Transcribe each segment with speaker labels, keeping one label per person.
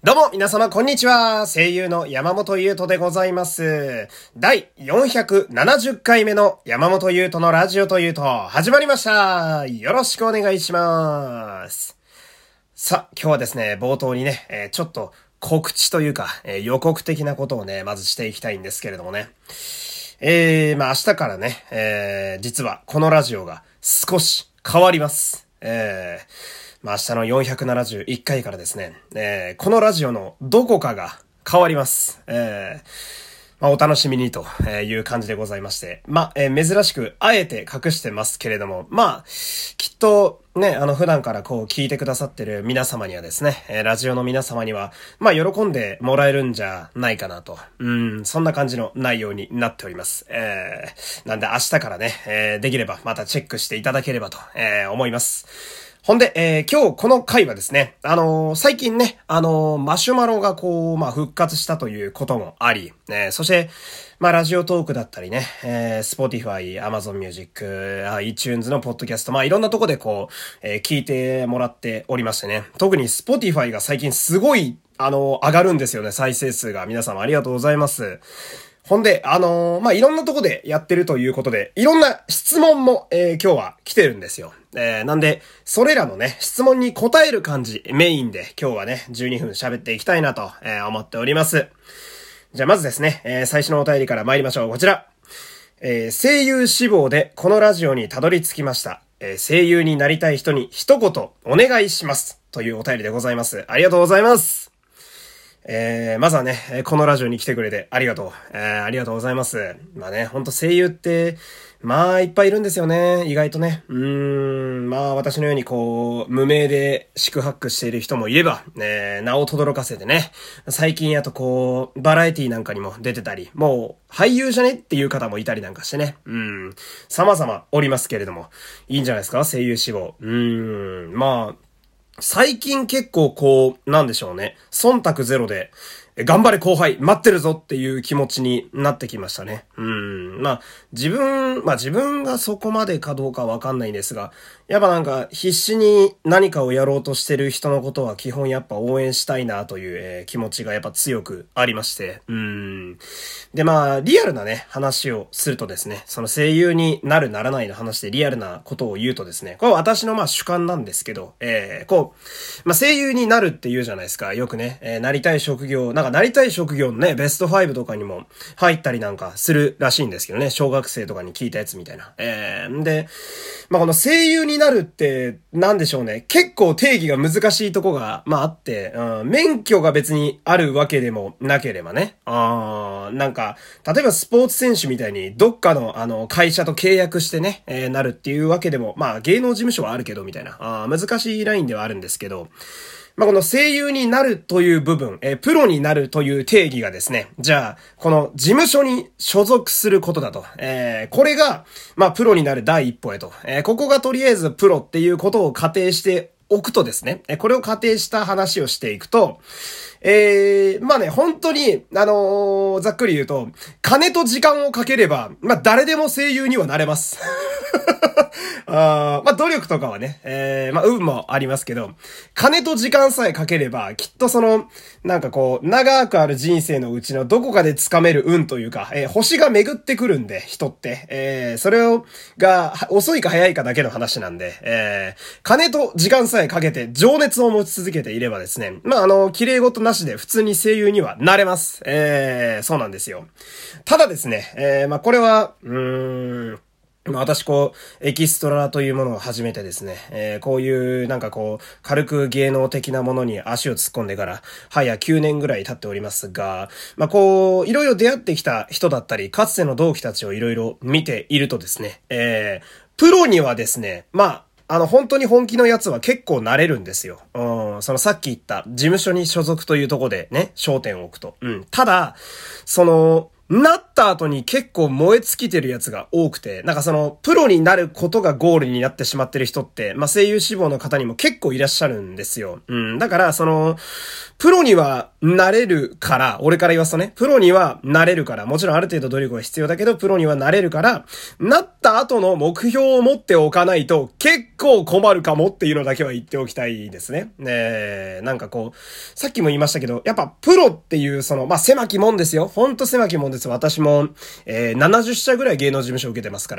Speaker 1: どうも皆様こんにちは。声優の山本優斗でございます。第470回目の山本優斗のラジオというと始まりました。よろしくお願いします。さあ、今日はですね、冒頭にね、ちょっと告知というか、予告的なことをね、まずしていきたいんですけれどもね。明日からね、実はこのラジオが少し変わります。明日の471回からですね、このラジオのどこかが変わります。お楽しみにという感じでございまして。珍しくあえて隠してますけれども、きっとね、普段からこう聞いてくださってる皆様にはですね、ラジオの皆様には、喜んでもらえるんじゃないかなと。そんな感じの内容になっております。なんで明日からね、できればまたチェックしていただければと、思います。ほんで、今日この回はですね、最近ね、マシュマロがこう、復活したということもあり、そして、ラジオトークだったりね、Spotify、Amazon Music、iTunes のポッドキャスト、いろんなとこでこう、聞いてもらっておりましてね、特に Spotify が最近すごい、上がるんですよね、再生数が。皆様ありがとうございます。ほんで、いろんなとこでやってるということで、いろんな質問も、今日は来てるんですよ。なんで、それらのね、質問に答える感じ、メインで今日はね、12分喋っていきたいなと、思っております。じゃあまずですね、最初のお便りから参りましょう。こちら。声優志望でこのラジオにたどり着きました。声優になりたい人に一言お願いします。というお便りでございます。ありがとうございます。まずはね、このラジオに来てくれてありがとう。ありがとうございます。ほんと声優って、いっぱいいるんですよね。意外とね。私のようにこう、無名で四苦八苦している人もいれば、名を轟かせてね。最近やとこう、バラエティなんかにも出てたり、もう、俳優じゃねっていう方もいたりなんかしてね。様々おりますけれども、いいんじゃないですか、声優志望。最近結構こう、なんでしょうね。忖度ゼロで、頑張れ後輩待ってるぞっていう気持ちになってきましたね。自分がそこまでかどうかわかんないんですが、やっぱなんか必死に何かをやろうとしてる人のことは基本やっぱ応援したいなという、気持ちがやっぱ強くありまして。でリアルなね、話をするとですね、その声優になるならないの話でリアルなことを言うとですね、これは私の主観なんですけど、声優になるって言うじゃないですか。よくね、なりたい職業、なりたい職業のね、ベスト5とかにも入ったりなんかするらしいんですけどね、小学生とかに聞いたやつみたいな。で、この声優になるって、なんでしょうね、結構定義が難しいとこが、あって、免許が別にあるわけでもなければね、例えばスポーツ選手みたいに、どっかの、会社と契約してね、なるっていうわけでも、芸能事務所はあるけど、みたいな、難しいラインではあるんですけど、この声優になるという部分、プロになるという定義がですね、じゃあ、この事務所に所属することだと。これが、プロになる第一歩へと。ここがとりあえずプロっていうことを仮定しておくとですね、これを仮定した話をしていくと、本当に、ざっくり言うと、金と時間をかければ、誰でも声優にはなれます。努力とかはね、運もありますけど、金と時間さえかければ、きっと長くある人生のうちのどこかで掴める運というか、星が巡ってくるんで、人って。それが、遅いか早いかだけの話なんで、金と時間さえかけて情熱を持ち続けていればですね、綺麗事なしで普通に声優にはなれます。そうなんですよ。ただですね、これは、私エキストラというものを始めてですね、こういう軽く芸能的なものに足を突っ込んでから、早9年ぐらい経っておりますが、いろいろ出会ってきた人だったり、かつての同期たちをいろいろ見ているとですね、プロにはですね、本当に本気のやつは結構なれるんですよ。さっき言った事務所に所属というところでね、焦点を置くと。ただ、 なった後に結構燃え尽きてるやつが多くて、なんかその、プロになることがゴールになってしまってる人って、まあ、声優志望の方にも結構いらっしゃるんですよ。だからその、プロにはなれるから、俺から言わすとね、プロにはなれるから、もちろんある程度努力は必要だけど、プロにはなれるから、なった後の目標を持っておかないと、結構困るかもっていうのだけは言っておきたいですね。なんかこう、さっきも言いましたけど、やっぱプロっていうその、まあ、狭き門ですよ。ほんと狭き門です。私も、70社ぐらい芸能事務所受けてますから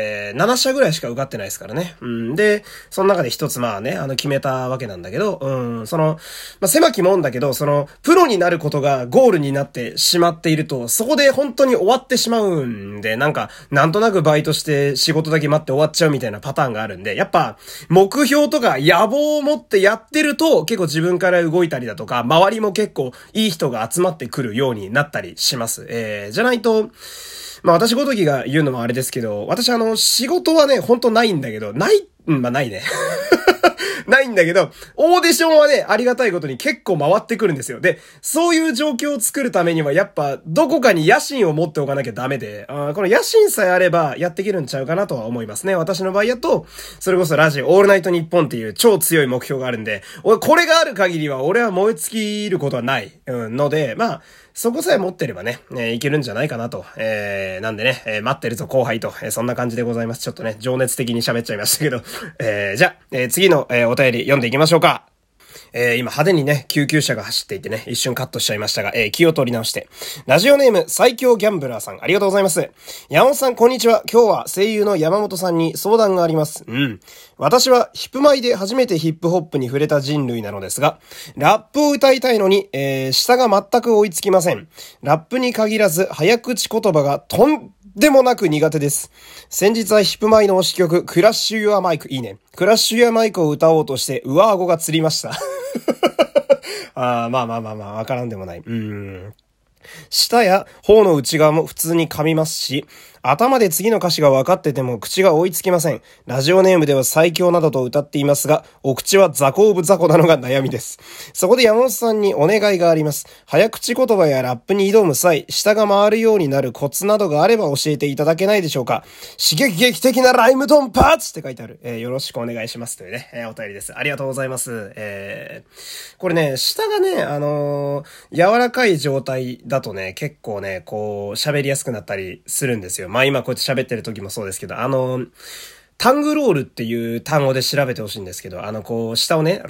Speaker 1: 、7社ぐらいしか受かってないですからね。で、その中で一つまあね、決めたわけなんだけど、その、まあ、狭き門だけど、その、プロになることがゴールになってしまっていると、そこで本当に終わってしまうんで、なんか、なんとなくバイトして仕事だけ待って終わっちゃうみたいなパターンがあるんで、やっぱ、目標とか野望を持ってやってると、結構自分から動いたりだとか、周りも結構いい人が集まってくるようになったりします。じゃないと、まあ私ごときが言うのもあれですけど、私仕事はね、ほんとないんだけど、まあないね。ないんだけど、オーディションはね、ありがたいことに結構回ってくるんですよ。で、そういう状況を作るためには、やっぱ、どこかに野心を持っておかなきゃダメで、この野心さえあれば、やっていけるんちゃうかなとは思いますね。私の場合やと、それこそラジオ、オールナイトニッポンっていう超強い目標があるんで、これがある限りは、俺は燃え尽きることはない。ので、まあ、そこさえ持ってればね、いけるんじゃないかなと。なんでね、待ってるぞ後輩と、そんな感じでございます。ちょっとね、情熱的に喋っちゃいましたけど。じゃあ、次の、お便り読んでいきましょうか。今派手にね、救急車が走っていてね、一瞬カットしちゃいましたが、気を取り直して。ラジオネーム、最強ギャンブラーさん、ありがとうございます。山本さん、こんにちは。今日は声優の山本さんに相談があります。私はヒップマイで初めてヒップホップに触れた人類なのですが、ラップを歌いたいのに、舌が全く追いつきません。ラップに限らず、早口言葉がとんでもなく苦手です。先日はヒップマイの推し曲、クラッシュユアマイク、いいね。クラッシュユアマイクを歌おうとして、上顎がつりました。まあ、わからんでもない。舌や頬の内側も普通に噛みますし、頭で次の歌詞が分かってても口が追いつきません。ラジオネームでは最強などと歌っていますが、お口は雑魚オブ雑魚なのが悩みです。そこで山本さんにお願いがあります。早口言葉やラップに挑む際、舌が回るようになるコツなどがあれば教えていただけないでしょうか。刺激劇的なライムドンパーツって書いてある。よろしくお願いしますというね、お便りです。ありがとうございます。これね、舌がね、柔らかい状態だとね、結構ね、こう、喋りやすくなったりするんですよ。まあ今こうやって喋ってる時もそうですけど、タングロールっていう単語で調べてほしいんですけど、こう、下をね、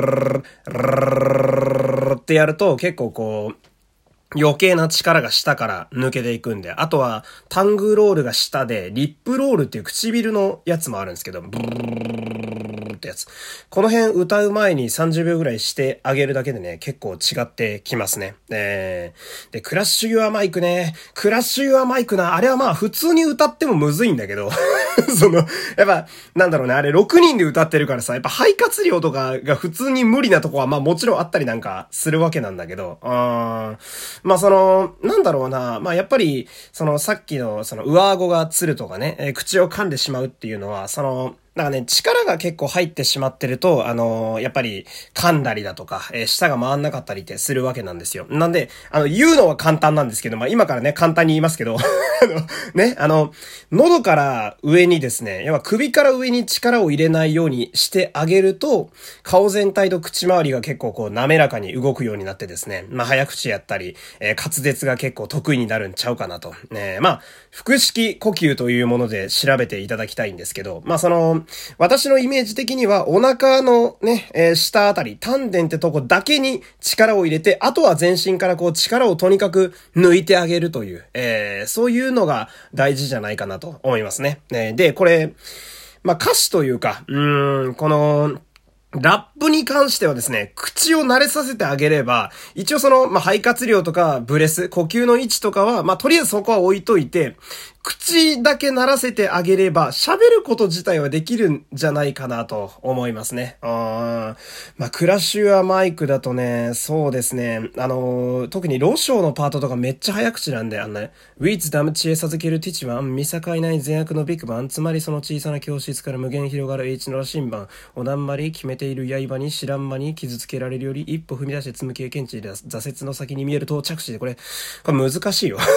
Speaker 1: ってやると結構こう、余計な力が下から抜けていくんで、あとは、タングロールが下で、リップロールっていう唇のやつもあるんですけど、ブーってやつ。この辺歌う前に30秒ぐらいしてあげるだけでね、結構違ってきますね。で、クラッシュユアマイクね。クラッシュユアマイクな。あれはまあ普通に歌ってもむずいんだけど、やっぱ、なんだろうね、あれ6人で歌ってるからさ、やっぱ肺活量とかが普通に無理なとこはまあもちろんあったりなんかするわけなんだけど、まあなんだろうな、まあやっぱり、さっきの上顎がつるとかね、口を噛んでしまうっていうのは、なんかね、力が結構入ってしまってると、やっぱり噛んだりだとか、舌が回んなかったりってするわけなんですよ。なんで、言うのは簡単なんですけど、まあ今からね、簡単に言いますけど、喉から上にですね、やっぱ首から上に力を入れないようにしてあげると、顔全体と口周りが結構こう滑らかに動くようになってですね、まあ早口やったり、滑舌が結構得意になるんちゃうかなと。まあ、腹式呼吸というもので調べていただきたいんですけど、まあ私のイメージ的にはお腹のね、下あたり、丹田ってとこだけに力を入れて、あとは全身からこう力をとにかく抜いてあげるという、そういうのが大事じゃないかなと思いますね。で、これ、まあ歌詞というか、この、ラップに関してはですね、口を慣れさせてあげれば、一応まあ、肺活量とかブレス、呼吸の位置とかは、まあ、とりあえずそこは置いといて、口だけ鳴らせてあげれば、喋ること自体はできるんじゃないかなと思いますね。まあ、クラッシュやマイクだとね、そうですね、特にロショーのパートとかめっちゃ早口なんで、ウィッツダム知恵授けるティチワン、見境ない善悪のビッグバン、つまりその小さな教室から無限広がる H の羅針盤、おだんまり決めている刃に知らん間に傷つけられるより一歩踏み出して積む経験値で挫折の先に見える到着地で、これ難しいよ。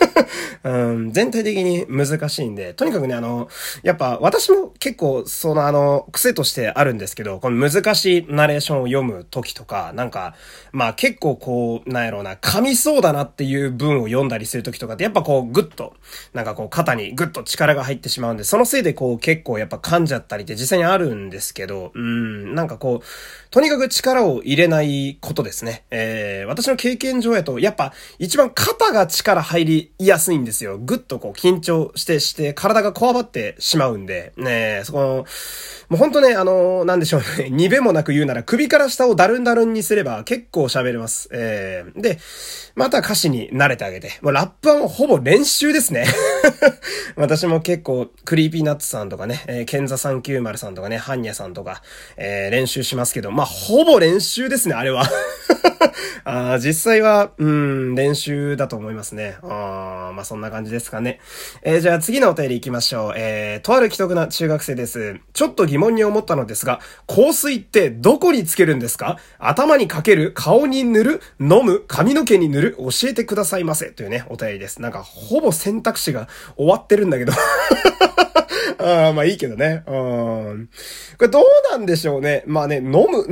Speaker 1: 全体的に難しいんで、とにかくね、やっぱ私も結構、癖としてあるんですけど、この難しいナレーションを読む時とか、なんか、まあ結構こう、なんやろうな、噛みそうだなっていう文を読んだりする時とかって、やっぱこう、ぐっと、なんかこう、肩にぐっと力が入ってしまうんで、そのせいでこう、結構やっぱ噛んじゃったりって実際にあるんですけど、なんかこう、とにかく力を入れないことですね。私の経験上やと、やっぱ一番肩が力入りやすいんですよ。ぐっとこう緊張して体がこわばってしまうんで、ね、もうほんとね、なんでしょうね、にべもなく言うなら首から下をダルンダルンにすれば結構喋れます。で、また歌詞に慣れてあげて、もうラップはもうほぼ練習ですね。私も結構、クリーピーナッツさんとかね、ケンザ390さんとかね、ハンニャさんとか、練習しますけど、まあ、ほぼ練習ですね、あれは。実際は、練習だと思いますね。まあ、そんな感じですかね。じゃあ次のお便り行きましょう。とある既得な中学生です。ちょっと疑問に思ったのですが、香水ってどこにつけるんですか？頭にかける？顔に塗る？飲む？髪の毛に塗る？教えてくださいませ。というね、お便りです。なんか、ほぼ選択肢が終わってるんだけど。まあいいけどね。これどうなんでしょうね。まあね、飲む、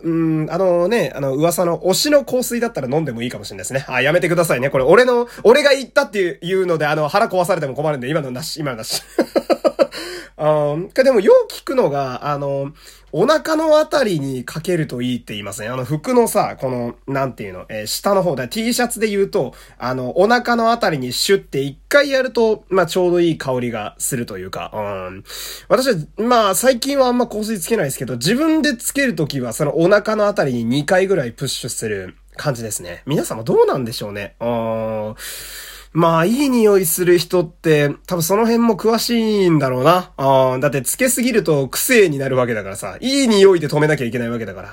Speaker 1: 噂の推しの香水だったら飲んでもいいかもしれないですね。やめてくださいね。これ俺が言ったっていうので、腹壊されても困るんで、今のなし。でもよう聞くのが、お腹のあたりにかけるといいって言いますね。服のさ、この、なんていうの、下の方だ、T シャツで言うと、お腹のあたりにシュって一回やると、まあ、ちょうどいい香りがするというか、私は、まあ、最近はあんま香水つけないですけど、自分でつけるときは、そのお腹のあたりに2回ぐらいプッシュする感じですね。皆様どうなんでしょうね。まあ、いい匂いする人って、多分その辺も詳しいんだろうな。だって、つけすぎると癖になるわけだからさ、いい匂いで止めなきゃいけないわけだから。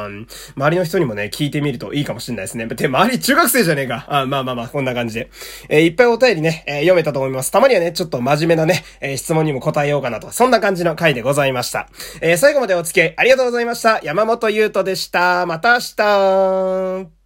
Speaker 1: 周りの人にもね、聞いてみるといいかもしれないですね。で、周り中学生じゃねえか。まあ、こんな感じで。いっぱいお便りね、読めたと思います。たまにはね、ちょっと真面目なね、質問にも答えようかなと。そんな感じの回でございました。最後までお付き合いありがとうございました。山本優斗でした。また明日。